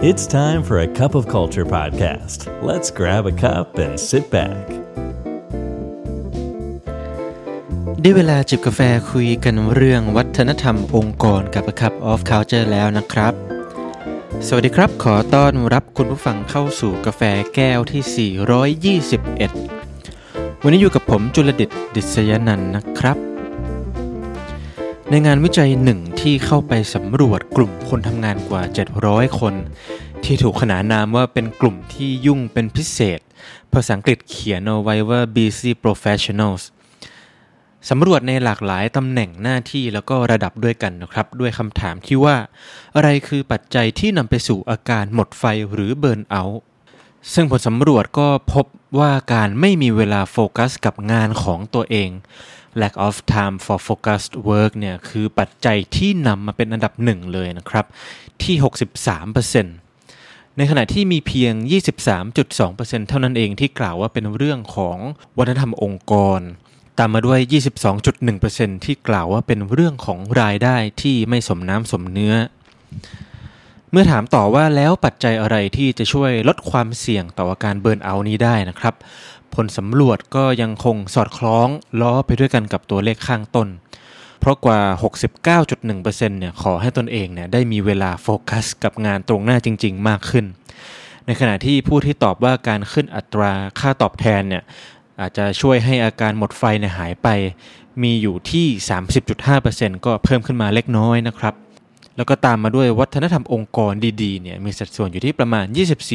It's time for a cup of culture podcast. Let's grab a cup and sit back. ได้เวลาจิบกาแฟคุยกันเรื่องวัฒนธรรมองค์กรกับ A Cup of Culture แล้วนะครับสวัสดีครับขอต้อนรับคุณผู้ฟังเข้าสู่กาแฟแก้วที่421วันนี้อยู่กับผมจุลดิษฐ์ ดิษยนันท์นะครับในงานวิจัยหนึ่งที่เข้าไปสำรวจกลุ่มคนทำงานกว่า700คนที่ถูกขนานนามว่าเป็นกลุ่มที่ยุ่งเป็นพิเศษภาษาอังกฤษเขียนเอาไว้ว่า busy professionals สำรวจในหลากหลายตำแหน่งหน้าที่แล้วก็ระดับด้วยกันนะครับด้วยคำถามที่ว่าอะไรคือปัจจัยที่นำไปสู่อาการหมดไฟหรือเบิร์นเอาท์ซึ่งผลสำรวจก็พบว่าการไม่มีเวลาโฟกัสกับงานของตัวเอง lack of time for focused work เนี่ยคือปัจจัยที่นำมาเป็นอันดับหนึ่งเลยนะครับที่ 63%ในขณะที่มีเพียง 23.2% เท่านั้นเองที่กล่าวว่าเป็นเรื่องของวัฒนธรรมองค์กรตามมาด้วย 22.1% ที่กล่าวว่าเป็นเรื่องของรายได้ที่ไม่สมน้ำสมเนื้อเมื่อถามต่อว่าแล้วปัจจัยอะไรที่จะช่วยลดความเสี่ยงต่ออาการเบิร์นเอาท์นี้ได้นะครับผลสำรวจก็ยังคงสอดคล้องล้อไปด้วยกันกับตัวเลขข้างต้นเพราะกว่า 69.1% เนี่ยขอให้ตนเองเนี่ยได้มีเวลาโฟกัสกับงานตรงหน้าจริงๆมากขึ้นในขณะที่ผู้ที่ตอบว่าการขึ้นอัตราค่าตอบแทนเนี่ยอาจจะช่วยให้อาการหมดไฟเนี่ยหายไปมีอยู่ที่ 30.5% ก็เพิ่มขึ้นมาเล็กน้อยนะครับแล้วก็ตามมาด้วยวัฒนธรรมองค์กรดีๆเนี่ยมีสัดส่วนอยู่ที่ประมาณ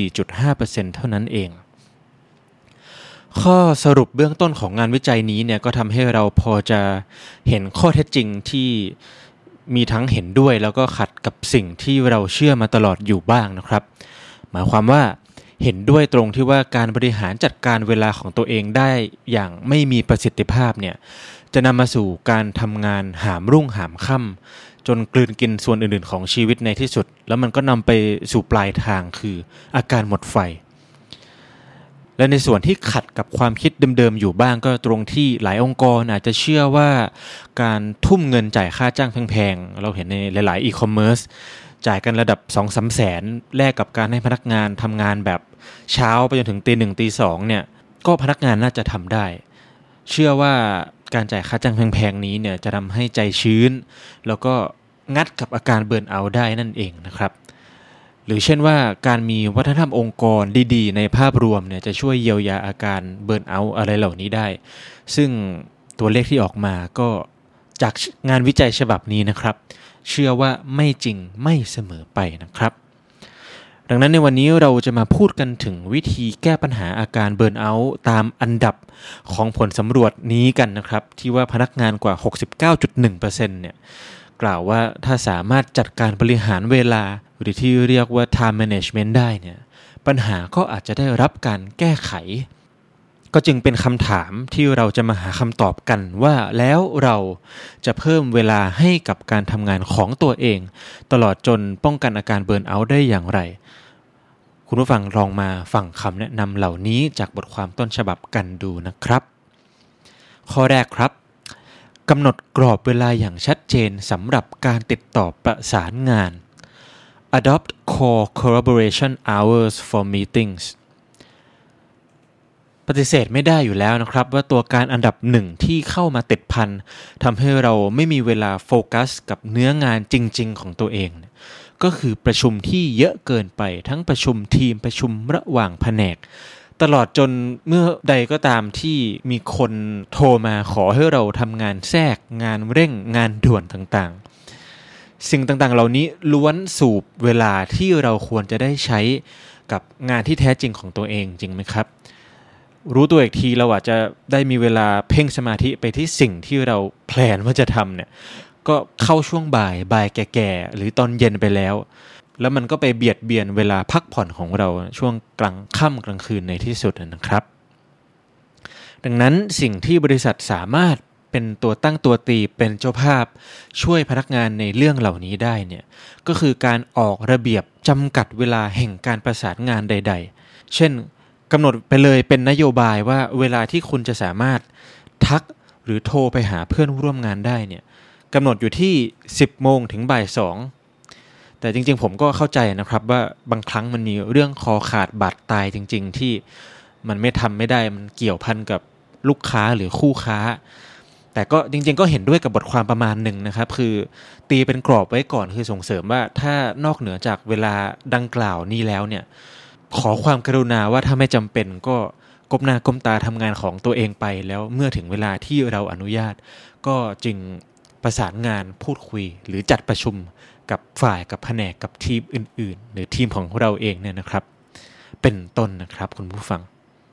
24.5% เท่านั้นเองข้อสรุปเบื้องต้นของงานวิจัยนี้เนี่ยก็ทำให้เราพอจะเห็นข้อเท็จจริงที่มีทั้งเห็นด้วยแล้วก็ขัดกับสิ่งที่เราเชื่อมาตลอดอยู่บ้างนะครับหมายความว่าเห็นด้วยตรงที่ว่าการบริหารจัดการเวลาของตัวเองได้อย่างไม่มีประสิทธิภาพเนี่ยจะนำมาสู่การทำงานหามรุ่งหามค่ำจนกลืนกินส่วนอื่นๆของชีวิตในที่สุดแล้วมันก็นำไปสู่ปลายทางคืออาการหมดไฟและในส่วนที่ขัดกับความคิดเดิมๆอยู่บ้างก็ตรงที่หลายองค์กรอาจจะเชื่อว่าการทุ่มเงินจ่ายค่าจ้างแพงๆเราเห็นในหลายๆอีคอมเมิร์ซจ่ายกันระดับ 2-3 แสนแลกกับการให้พนักงานทำงานแบบเช้าไปจนถึงตี 1 ตี 2เนี่ยก็พนักงานน่าจะทำได้เชื่อว่าการจ่ายค่าจ้างแพงๆนี้เนี่ยจะทำให้ใจชื้นแล้วก็งัดกับอาการเบิร์นเอาท์ได้นั่นเองนะครับหรือเช่นว่าการมีวัฒนธรรมองค์กรดีๆในภาพรวมเนี่ยจะช่วยเยียวยาอาการเบิร์นเอาท์อะไรเหล่านี้ได้ซึ่งตัวเลขที่ออกมาก็จากงานวิจัยฉบับนี้นะครับเชื่อว่าไม่จริงไม่เสมอไปนะครับดังนั้นในวันนี้เราจะมาพูดกันถึงวิธีแก้ปัญหาอาการเบิร์นเอาท์ตามอันดับของผลสำรวจนี้กันนะครับที่ว่าพนักงานกว่า 69.1% เนี่ยกล่าวว่าถ้าสามารถจัดการบริหารเวลาหรือที่เรียกว่า time management ได้เนี่ยปัญหาก็อาจจะได้รับการแก้ไขก็จึงเป็นคำถามที่เราจะมาหาคำตอบกันว่าแล้วเราจะเพิ่มเวลาให้กับการทำงานของตัวเองตลอดจนป้องกันอาการเบิร์นเอาท์ได้อย่างไรคุณผู้ฟังลองมาฟังคำแนะนำเหล่านี้จากบทความต้นฉบับกันดูนะครับข้อแรกครับกำหนดกรอบเวลาอย่างชัดเจนสำหรับการติดต่อประสานงาน Adopt core collaboration hours for meetings ปฏิเสธไม่ได้อยู่แล้วนะครับว่าตัวการอันดับหนึ่งที่เข้ามาติดพันทำให้เราไม่มีเวลาโฟกัสกับเนื้องานจริงๆของตัวเองก็คือประชุมที่เยอะเกินไปทั้งประชุมทีมประชุมระหว่างแผนกตลอดจนเมื่อใดก็ตามที่มีคนโทรมาขอให้เราทำงานแทรกงานเร่งงานด่วนต่างๆสิ่งต่างๆเหล่านี้ล้วนสูบเวลาที่เราควรจะได้ใช้กับงานที่แท้จริงของตัวเองจริงไหมครับรู้ตัวอีกทีเราอาจจะได้มีเวลาเพ่งสมาธิไปที่สิ่งที่เราแพลนว่าจะทำเนี่ยก็เข้าช่วงบ่ายแก่ๆหรือตอนเย็นไปแล้วมันก็ไปเบียดเบียนเวลาพักผ่อนของเราช่วงกลางค่ำกลางคืนในที่สุดนะครับดังนั้นสิ่งที่บริษัทสามารถเป็นตัวตั้งตัวตีเป็นเจ้าภาพช่วยพนักงานในเรื่องเหล่านี้ได้เนี่ยก็คือการออกระเบียบจำกัดเวลาแห่งการประสานงานใดๆเช่นกำหนดไปเลยเป็นนโยบายว่าเวลาที่คุณจะสามารถทักหรือโทรไปหาเพื่อนร่วมงานได้เนี่ยกำหนดอยู่ที่ 10:00 นถึง 14:00 นแต่จริงๆผมก็เข้าใจนะครับว่าบางครั้งมันมีเรื่องคอขาดบาดตายจริงๆที่มันไม่ได้มันเกี่ยวพันกับลูกค้าหรือคู่ค้าแต่ก็จริงๆก็เห็นด้วยกับบทความประมาณหนึ่งนะครับคือตีเป็นกรอบไว้ก่อนคือส่งเสริมว่าถ้านอกเหนือจากเวลาดังกล่าวนี้แล้วเนี่ยขอความกรุณาว่าถ้าไม่จำเป็นก็ก้มหน้าก้มตาทำงานของตัวเองไปแล้วเมื่อถึงเวลาที่เราอนุญาตก็จึงประสานงานพูดคุยหรือจัดประชุมกับฝ่ายกับแผนกกับทีมอื่นๆหรือทีมของเราเองเนี่ยนะครับเป็นต้นนะครับคุณผู้ฟัง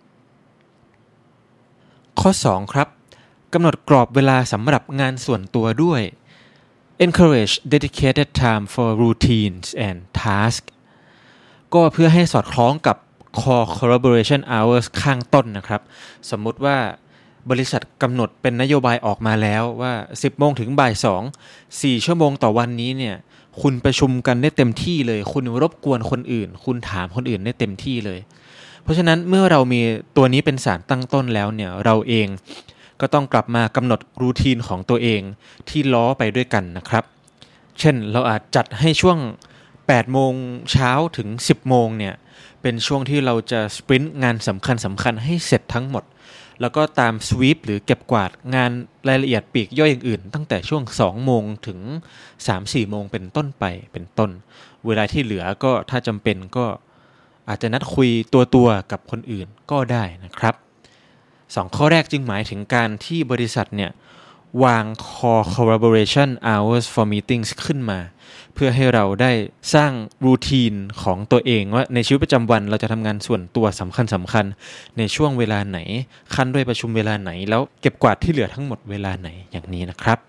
ข้อ2ครับกำหนดกรอบเวลาสำหรับงานส่วนตัวด้วย encourage dedicated time for routines and tasks ก็เพื่อให้สอดคล้องกับ core collaboration hours ข้างต้นนะครับสมมุติว่าบริษัทกำหนดเป็นนโยบายออกมาแล้วว่า 10 โมงถึงบ่าย 2 4 ชั่วโมงต่อวันนี้เนี่ยคุณประชุมกันได้เต็มที่เลยคุณรบกวนคนอื่นคุณถามคนอื่นได้เต็มที่เลยเพราะฉะนั้นเมื่อเรามีตัวนี้เป็นสารตั้งต้นแล้วเนี่ยเราเองก็ต้องกลับมากำหนดรูทีนของตัวเองที่ล้อไปด้วยกันนะครับเช่นเราอาจจัดให้ช่วง 8 โมงเช้าถึง 10 โมงเนี่ยเป็นช่วงที่เราจะสปรินต์งานสำคัญให้เสร็จทั้งหมดแล้วก็ตามสวีปหรือเก็บกวาดงานรายละเอียดปลีกย่อยอย่างอื่นตั้งแต่ช่วง 2 โมงถึง 3-4 โมงเป็นต้นไปเป็นต้นเวลาที่เหลือก็ถ้าจำเป็นก็อาจจะนัดคุยตัวกับคนอื่นก็ได้นะครับ2ข้อแรกจึงหมายถึงการที่บริษัทเนี่ยวาง core collaboration hours for meetings ขึ้นมาเพื่อให้เราได้สร้างรูทีนของตัวเองว่าในชีวิตประจำวันเราจะทำงานส่วนตัวสำคัญในช่วงเวลาไหนขั้นด้วยประชุมเวลาไหนแล้วเก็บกวาดที่เหลือทั้งหมดเวลาไหนอย่างนี้นะครับ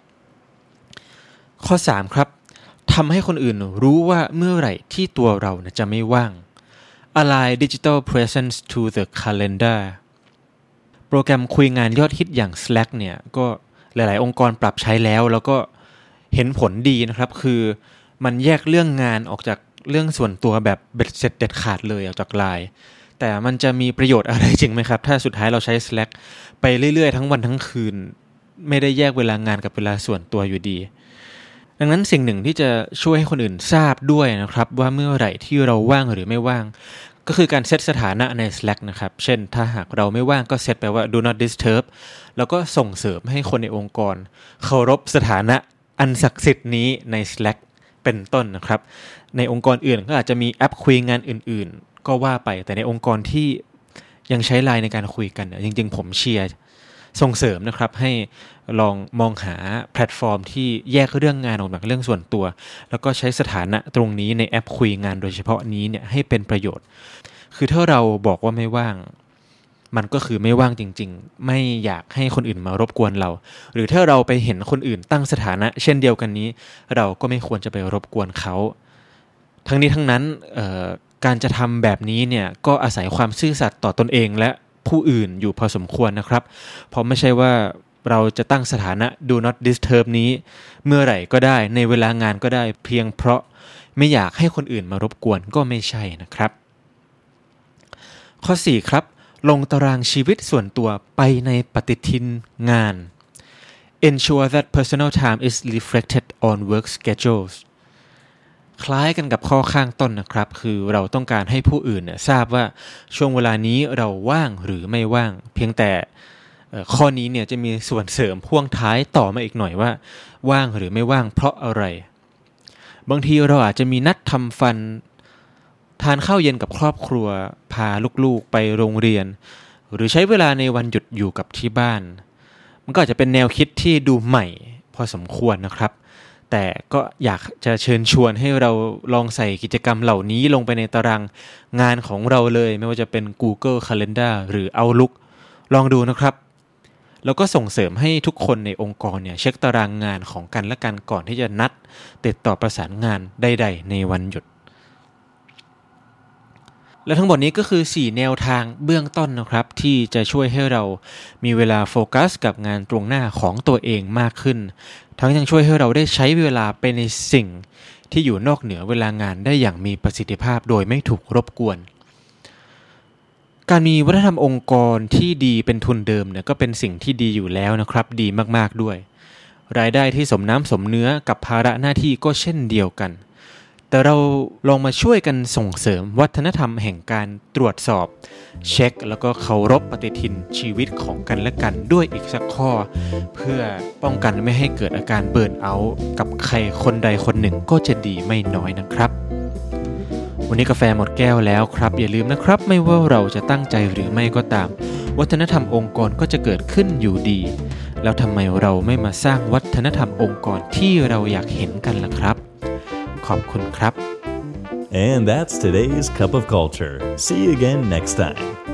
ข้อ3ครับทำให้คนอื่นรู้ว่าเมื่อไหร่ที่ตัวเราจะไม่ว่าง Align digital presence to the calendarโปรแกรมคุยงานยอดฮิตอย่าง Slack เนี่ยก็หลายๆองค์กรปรับใช้แล้วก็เห็นผลดีนะครับคือมันแยกเรื่องงานออกจากเรื่องส่วนตัวแบบเบ็ดเสร็จเด็ดขาดเลยออกจากไลน์แต่มันจะมีประโยชน์อะไรจริงไหมครับถ้าสุดท้ายเราใช้ Slack ไปเรื่อยๆทั้งวันทั้งคืนไม่ได้แยกเวลางานกับเวลาส่วนตัวอยู่ดีดังนั้นสิ่งหนึ่งที่จะช่วยให้คนอื่นทราบด้วยนะครับว่าเมื่อไหร่ที่เราว่างหรือไม่ว่างก็คือการเซตสถานะใน Slack นะครับเช่นถ้าหากเราไม่ว่างก็เซตไปว่า do not disturb แล้วก็ส่งเสริมให้คนในองค์กรเคารพสถานะอันศักดิ์สิทธิ์นี้ใน Slack เป็นต้นนะครับในองค์กรอื่นก็อาจจะมีแอปคุยงานอื่นๆก็ว่าไปแต่ในองค์กรที่ยังใช้ LINE ในการคุยกันจริงๆผมเชียร์ส่งเสริมนะครับให้ลองมองหาแพลตฟอร์มที่แยกเรื่องงานออกจากเรื่องส่วนตัวแล้วก็ใช้สถานะตรงนี้ในแอปคุยงานโดยเฉพาะนี้เนี่ยให้เป็นประโยชน์คือถ้าเราบอกว่าไม่ว่างมันก็คือไม่ว่างจริงๆไม่อยากให้คนอื่นมารบกวนเราหรือถ้าเราไปเห็นคนอื่นตั้งสถานะเช่นเดียวกันนี้เราก็ไม่ควรจะไปรบกวนเขาทั้งนี้ทั้งนั้นการจะทำแบบนี้เนี่ยก็อาศัยความซื่อสัตย์ต่อตนเองและผู้อื่นอยู่พอสมควรนะครับเพราะไม่ใช่ว่าเราจะตั้งสถานะ do not disturb นี้เมื่อไหร่ก็ได้ในเวลางานก็ได้เพียงเพราะไม่อยากให้คนอื่นมารบกวนก็ไม่ใช่นะครับข้อ4ครับลงตารางชีวิตส่วนตัวไปในปฏิทินงาน ensure that personal time is reflected on work schedules คล้ายกันกับข้อข้างต้นนะครับคือเราต้องการให้ผู้อื่นทราบว่าช่วงเวลานี้เราว่างหรือไม่ว่างเพียงแต่ข้อนี้เนี่ยจะมีส่วนเสริมพ่วงท้ายต่อมาอีกหน่อยว่าว่างหรือไม่ว่างเพราะอะไรบางทีเราอาจจะมีนัดทำฟันทานข้าวเย็นกับครอบครัวพาลูกๆไปโรงเรียนหรือใช้เวลาในวันหยุดอยู่กับที่บ้านมันก็อาจจะเป็นแนวคิดที่ดูใหม่พอสมควรนะครับแต่ก็อยากจะเชิญชวนให้เราลองใส่กิจกรรมเหล่านี้ลงไปในตารางงานของเราเลยไม่ว่าจะเป็น Google Calendar หรือ Outlook ลองดูนะครับแล้วก็ส่งเสริมให้ทุกคนในองค์กรเนี่ยเช็คตารางงานของกันและกันก่อนที่จะนัดติดต่อประสานงานใดๆในวันหยุดและทั้งหมดนี้ก็คือ4แนวทางเบื้องต้นนะครับที่จะช่วยให้เรามีเวลาโฟกัสกับงานตรงหน้าของตัวเองมากขึ้นทั้งยังช่วยให้เราได้ใช้เวลาไปในสิ่งที่อยู่นอกเหนือเวลางานได้อย่างมีประสิทธิภาพโดยไม่ถูกรบกวนการมีวัฒนธรรมองค์กรที่ดีเป็นทุนเดิมเนี่ยก็เป็นสิ่งที่ดีอยู่แล้วนะครับดีมากๆด้วยรายได้ที่สมน้ำสมเนื้อกับภาระหน้าที่ก็เช่นเดียวกันแต่เราลองมาช่วยกันส่งเสริมวัฒนธรรมแห่งการตรวจสอบเช็คแล้วก็เคารพปฏิทินชีวิตของกันและกันด้วยอีกสักข้อเพื่อป้องกันไม่ให้เกิดอาการเบิร์นเอาท์กับใครคนใดคนหนึ่งก็จะดีไม่น้อยนะครับวันนี้กาแฟหมดแก้วแล้วครับอย่าลืมนะครับไม่ว่าเราจะตั้งใจหรือไม่ก็ตามวัฒนธรรมองค์กรก็จะเกิดขึ้นอยู่ดีแล้วทำไมเราไม่มาสร้างวัฒนธรรมองค์กรที่เราอยากเห็นกันล่ะครับขอบคุณครับ And that's today's Cup of Culture. See you again next time.